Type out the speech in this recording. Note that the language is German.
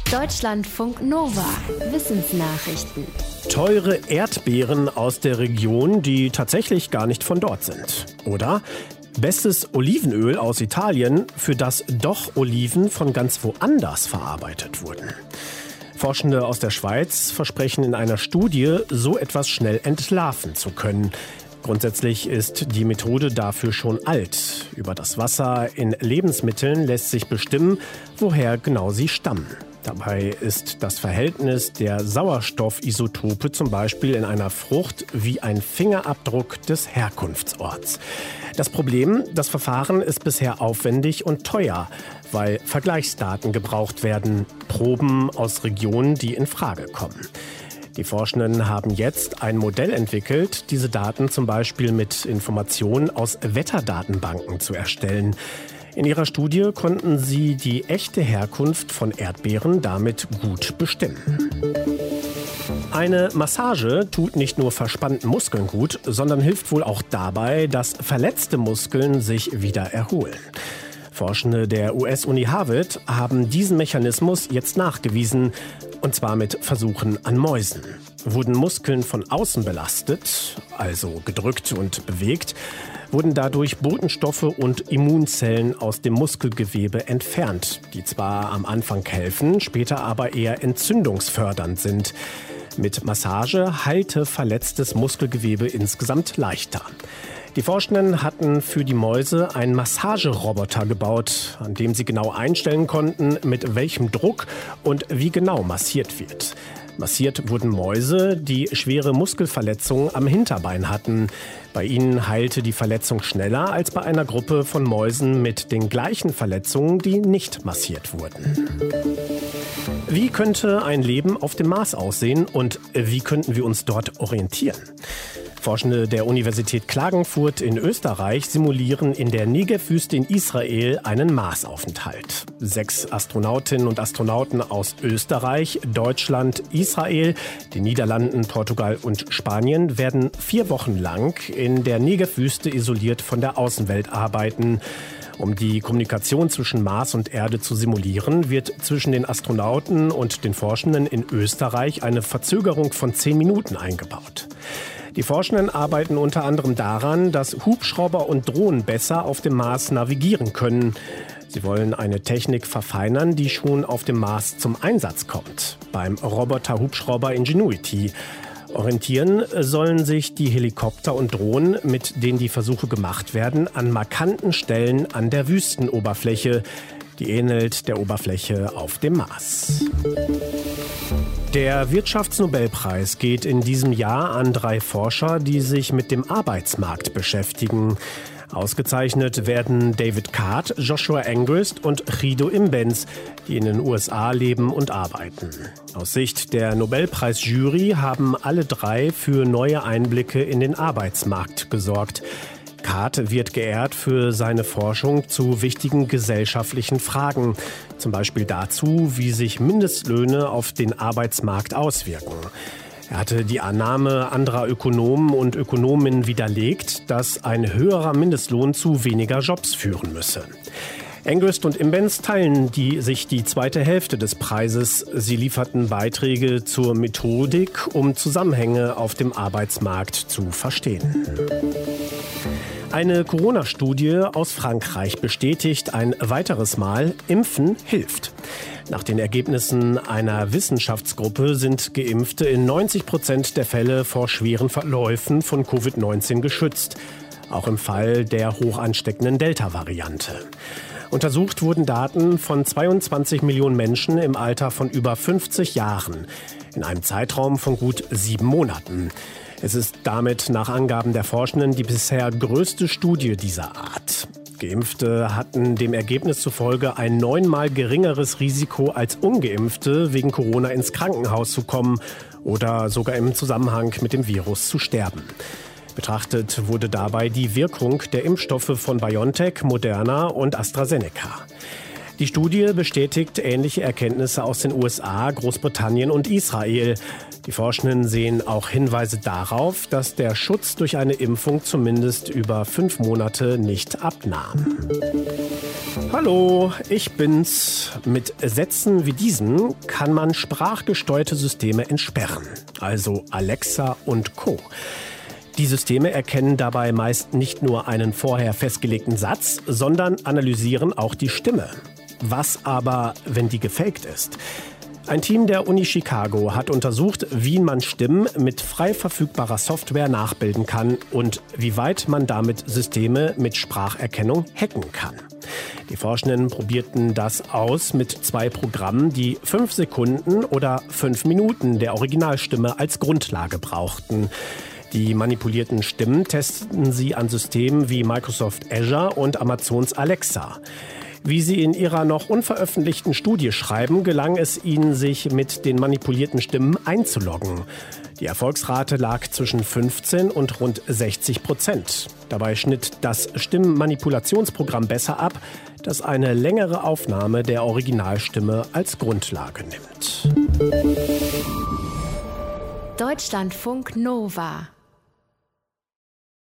Deutschlandfunk Nova. Wissensnachrichten. Teure Erdbeeren aus der Region, die tatsächlich gar nicht von dort sind. Oder bestes Olivenöl aus Italien, für das doch Oliven von ganz woanders verarbeitet wurden. Forschende aus der Schweiz versprechen in einer Studie, so etwas schnell entlarven zu können. Grundsätzlich ist die Methode dafür schon alt. Über das Wasser in Lebensmitteln lässt sich bestimmen, woher genau sie stammen. Dabei ist das Verhältnis der Sauerstoffisotope zum Beispiel in einer Frucht wie ein Fingerabdruck des Herkunftsorts. Das Problem, das Verfahren ist bisher aufwendig und teuer, weil Vergleichsdaten gebraucht werden, Proben aus Regionen, die in Frage kommen. Die Forschenden haben jetzt ein Modell entwickelt, diese Daten zum Beispiel mit Informationen aus Wetterdatenbanken zu erstellen. In ihrer Studie konnten sie die echte Herkunft von Erdbeeren damit gut bestimmen. Eine Massage tut nicht nur verspannten Muskeln gut, sondern hilft wohl auch dabei, dass verletzte Muskeln sich wieder erholen. Forschende der US-Uni Harvard haben diesen Mechanismus jetzt nachgewiesen, und zwar mit Versuchen an Mäusen. Wurden Muskeln von außen belastet, also gedrückt und bewegt, wurden dadurch Botenstoffe und Immunzellen aus dem Muskelgewebe entfernt, die zwar am Anfang helfen, später aber eher entzündungsfördernd sind. Mit Massage heilte verletztes Muskelgewebe insgesamt leichter. Die Forschenden hatten für die Mäuse einen Massageroboter gebaut, an dem sie genau einstellen konnten, mit welchem Druck und wie genau massiert wird. Massiert wurden Mäuse, die schwere Muskelverletzungen am Hinterbein hatten. Bei ihnen heilte die Verletzung schneller als bei einer Gruppe von Mäusen mit den gleichen Verletzungen, die nicht massiert wurden. Wie könnte ein Leben auf dem Mars aussehen und wie könnten wir uns dort orientieren? Forschende der Universität Klagenfurt in Österreich simulieren in der Negev-Wüste in Israel einen Marsaufenthalt. 6 Astronautinnen und Astronauten aus Österreich, Deutschland, Israel, den Niederlanden, Portugal und Spanien werden 4 Wochen lang in der Negev-Wüste isoliert von der Außenwelt arbeiten. Um die Kommunikation zwischen Mars und Erde zu simulieren, wird zwischen den Astronauten und den Forschenden in Österreich eine Verzögerung von 10 Minuten eingebaut. Die Forschenden arbeiten unter anderem daran, dass Hubschrauber und Drohnen besser auf dem Mars navigieren können. Sie wollen eine Technik verfeinern, die schon auf dem Mars zum Einsatz kommt, beim Roboter-Hubschrauber Ingenuity. Orientieren sollen sich die Helikopter und Drohnen, mit denen die Versuche gemacht werden, an markanten Stellen an der Wüstenoberfläche. Die ähnelt der Oberfläche auf dem Mars. Der Wirtschaftsnobelpreis geht in diesem Jahr an 3 Forscher, die sich mit dem Arbeitsmarkt beschäftigen. Ausgezeichnet werden David Card, Joshua Angrist und Guido Imbens, die in den USA leben und arbeiten. Aus Sicht der Nobelpreisjury haben alle 3 für neue Einblicke in den Arbeitsmarkt gesorgt. Card wird geehrt für seine Forschung zu wichtigen gesellschaftlichen Fragen, zum Beispiel dazu, wie sich Mindestlöhne auf den Arbeitsmarkt auswirken. Er hatte die Annahme anderer Ökonomen und Ökonominnen widerlegt, dass ein höherer Mindestlohn zu weniger Jobs führen müsse. Angrist und Imbens teilen sich die zweite Hälfte des Preises. Sie lieferten Beiträge zur Methodik, um Zusammenhänge auf dem Arbeitsmarkt zu verstehen. Eine Corona-Studie aus Frankreich bestätigt ein weiteres Mal, Impfen hilft. Nach den Ergebnissen einer Wissenschaftsgruppe sind Geimpfte in 90% der Fälle vor schweren Verläufen von Covid-19 geschützt. Auch im Fall der hoch ansteckenden Delta-Variante. Untersucht wurden Daten von 22 Millionen Menschen im Alter von über 50 Jahren. In einem Zeitraum von gut 7 Monaten. Es ist damit nach Angaben der Forschenden die bisher größte Studie dieser Art. Geimpfte hatten dem Ergebnis zufolge ein 9-mal geringeres Risiko als Ungeimpfte, wegen Corona ins Krankenhaus zu kommen oder sogar im Zusammenhang mit dem Virus zu sterben. Betrachtet wurde dabei die Wirkung der Impfstoffe von BioNTech, Moderna und AstraZeneca. Die Studie bestätigt ähnliche Erkenntnisse aus den USA, Großbritannien und Israel. Die Forschenden sehen auch Hinweise darauf, dass der Schutz durch eine Impfung zumindest über 5 Monate nicht abnahm. Hallo, ich bin's. Mit Sätzen wie diesen kann man sprachgesteuerte Systeme entsperren, also Alexa und Co. Die Systeme erkennen dabei meist nicht nur einen vorher festgelegten Satz, sondern analysieren auch die Stimme. Was aber, wenn die gefaked ist? Ein Team der Uni Chicago hat untersucht, wie man Stimmen mit frei verfügbarer Software nachbilden kann und wie weit man damit Systeme mit Spracherkennung hacken kann. Die Forschenden probierten das aus mit 2 Programmen, die 5 Sekunden oder 5 Minuten der Originalstimme als Grundlage brauchten. Die manipulierten Stimmen testen sie an Systemen wie Microsoft Azure und Amazons Alexa. Wie sie in ihrer noch unveröffentlichten Studie schreiben, gelang es ihnen, sich mit den manipulierten Stimmen einzuloggen. Die Erfolgsrate lag zwischen 15 und rund 60%. Dabei schnitt das Stimmmanipulationsprogramm besser ab, das eine längere Aufnahme der Originalstimme als Grundlage nimmt. Deutschlandfunk Nova